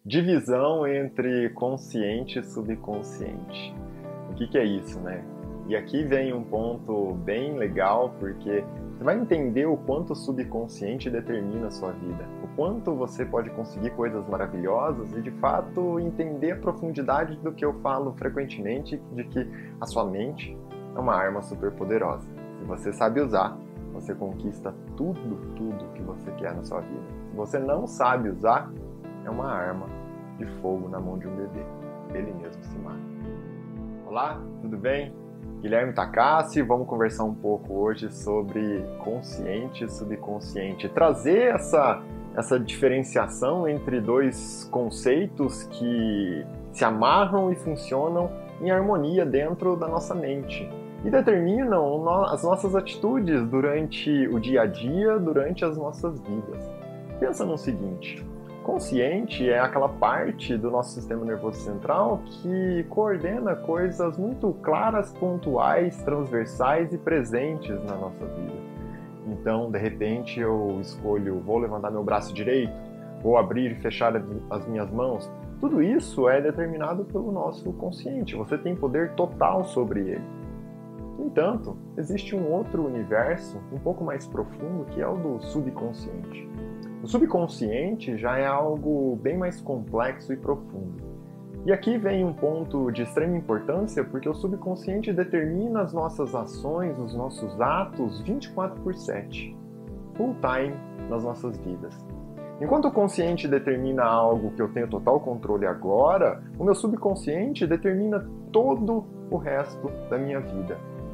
Divisão entre consciente e subconsciente. O que é isso, né? E aqui vem um ponto bem legal, porque você vai entender o quanto o subconsciente determina a sua vida, o quanto você pode conseguir coisas maravilhosas e, de fato, entender a profundidade do que eu falo frequentemente, de que a sua mente é uma arma super poderosa. Se você sabe usar, você conquista tudo que você quer na sua vida. Se você não sabe usar, é uma arma de fogo na mão de um bebê. Ele mesmo se mata. Olá, tudo bem? Guilherme Takassi, vamos conversar um pouco hoje sobre consciente e subconsciente. Trazer essa diferenciação entre dois conceitos que se amarram e funcionam em harmonia dentro da nossa mente e determinam as nossas atitudes durante o dia a dia, durante as nossas vidas. Pensa no seguinte: consciente é aquela parte do nosso sistema nervoso central que coordena coisas muito claras, pontuais, transversais e presentes na nossa vida. Então, de repente, eu escolho, vou levantar meu braço direito, vou abrir e fechar as minhas mãos. Tudo isso é determinado pelo nosso consciente. Você tem poder total sobre ele. No entanto, existe um outro universo, um pouco mais profundo, que é o do subconsciente. O subconsciente já é algo bem mais complexo e profundo. E aqui vem um ponto de extrema importância, porque o subconsciente determina as nossas ações, os nossos atos 24/7, full time nas nossas vidas. Enquanto o consciente determina algo que eu tenho total controle agora, o meu subconsciente determina todo o resto da minha vida.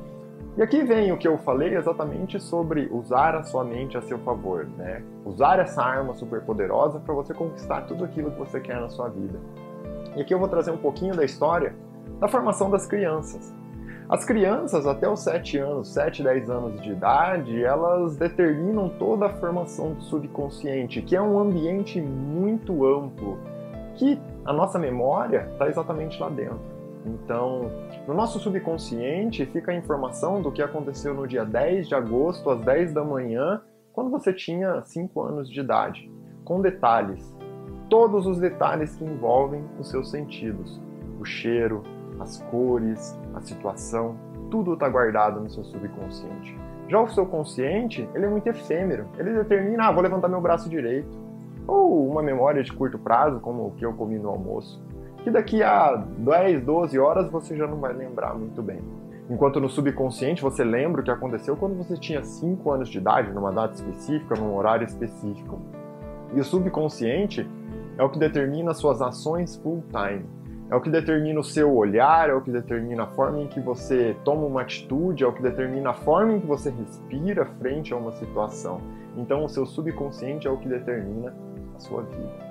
E aqui vem o que eu falei exatamente sobre usar a sua mente a seu favor, né? Usar essa arma super poderosa para você conquistar tudo aquilo que você quer na sua vida. E aqui eu vou trazer um pouquinho da história da formação das crianças. As crianças até os 7 anos, 7, 10 anos de idade, elas determinam toda a formação do subconsciente, que é um ambiente muito amplo, que a nossa memória está exatamente lá dentro. Então, no nosso subconsciente fica a informação do que aconteceu no dia 10 de agosto, às 10 da manhã, quando você tinha 5 anos de idade, com detalhes. Todos os detalhes que envolvem os seus sentidos. O cheiro, as cores, a situação, tudo está guardado no seu subconsciente. Já o seu consciente, ele é muito efêmero. Ele determina, vou levantar meu braço direito. Ou uma memória de curto prazo, como o que eu comi no almoço, que daqui a 10, 12 horas você já não vai lembrar muito bem. Enquanto no subconsciente você lembra o que aconteceu quando você tinha 5 anos de idade, numa data específica, num horário específico. E o subconsciente é o que determina as suas ações full time. É o que determina o seu olhar, é o que determina a forma em que você toma uma atitude, é o que determina a forma em que você respira frente a uma situação. Então o seu subconsciente é o que determina a sua vida.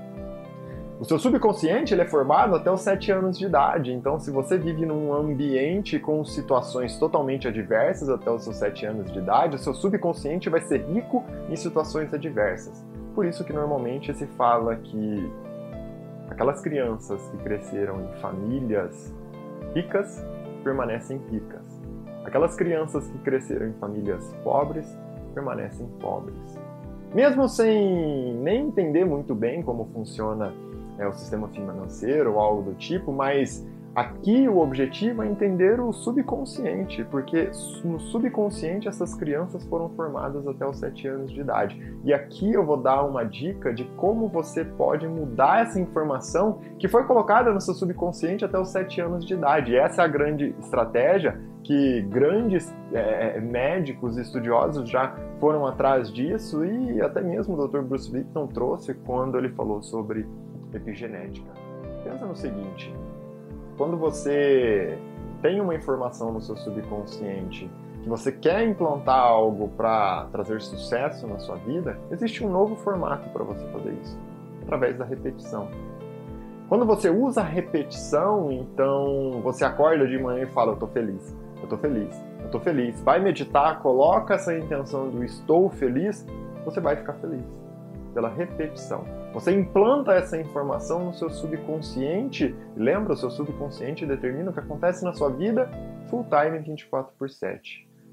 O seu subconsciente ele é formado até os 7 anos de idade, então se você vive num ambiente com situações totalmente adversas até os seus 7 anos de idade, o seu subconsciente vai ser rico em situações adversas. Por isso que normalmente se fala que aquelas crianças que cresceram em famílias ricas permanecem ricas. Aquelas crianças que cresceram em famílias pobres permanecem pobres. Mesmo sem nem entender muito bem como funciona o sistema financeiro ou algo do tipo, mas aqui o objetivo é entender o subconsciente, porque no subconsciente essas crianças foram formadas até os 7 anos de idade. E aqui eu vou dar uma dica de como você pode mudar essa informação que foi colocada no seu subconsciente até os 7 anos de idade. E essa é a grande estratégia que grandes médicos e estudiosos já foram atrás disso, e até mesmo o Dr. Bruce Lipton trouxe quando ele falou sobre epigenética. Pensa no seguinte: quando você tem uma informação no seu subconsciente que você quer implantar algo para trazer sucesso na sua vida, existe um novo formato para você fazer isso, através da repetição. Quando você usa a repetição, então você acorda de manhã e fala: eu tô feliz, eu tô feliz, eu tô feliz. Vai meditar, coloca essa intenção do estou feliz, você vai ficar feliz. Pela repetição. Você implanta essa informação no seu subconsciente, lembra, o seu subconsciente determina o que acontece na sua vida full time 24/7.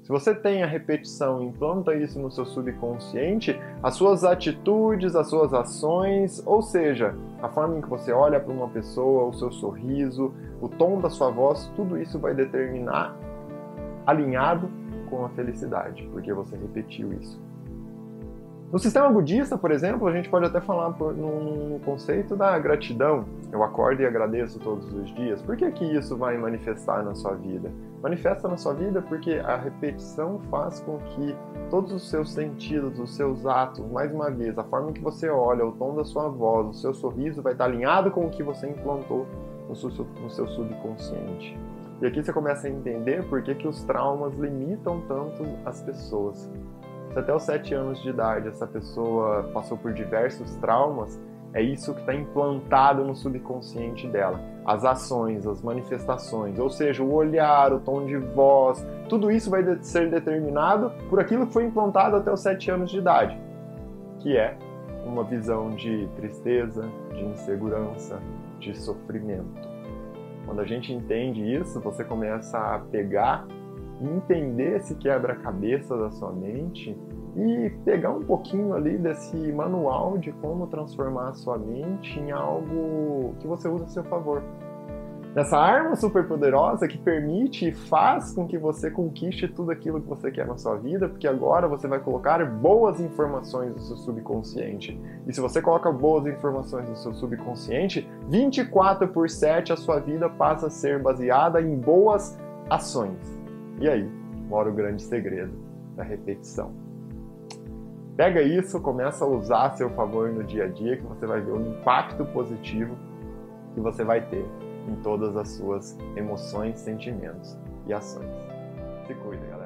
Se você tem a repetição e implanta isso no seu subconsciente, as suas atitudes, as suas ações, ou seja, a forma em que você olha para uma pessoa, o seu sorriso, o tom da sua voz, tudo isso vai determinar alinhado com a felicidade, porque você repetiu isso. No sistema budista, por exemplo, a gente pode até falar num conceito da gratidão. Eu acordo e agradeço todos os dias. Por que isso vai manifestar na sua vida? Manifesta na sua vida porque a repetição faz com que todos os seus sentidos, os seus atos, mais uma vez, a forma que você olha, o tom da sua voz, o seu sorriso vai estar alinhado com o que você implantou no seu subconsciente. E aqui você começa a entender por que os traumas limitam tanto as pessoas. Se até os 7 anos de idade essa pessoa passou por diversos traumas, é isso que está implantado no subconsciente dela. As ações, as manifestações, ou seja, o olhar, o tom de voz, tudo isso vai ser determinado por aquilo que foi implantado até os 7 anos de idade, que é uma visão de tristeza, de insegurança, de sofrimento. Quando a gente entende isso, você começa a pegar e entender esse quebra-cabeça da sua mente e pegar um pouquinho ali desse manual de como transformar a sua mente em algo que você usa a seu favor. Nessa arma super poderosa que permite e faz com que você conquiste tudo aquilo que você quer na sua vida, porque agora você vai colocar boas informações no seu subconsciente. E se você coloca boas informações no seu subconsciente, 24/7 a sua vida passa a ser baseada em boas ações. E aí, mora o grande segredo da repetição. Pega isso, começa a usar a seu favor no dia a dia, que você vai ver o impacto positivo que você vai ter em todas as suas emoções, sentimentos e ações. Se cuida, galera.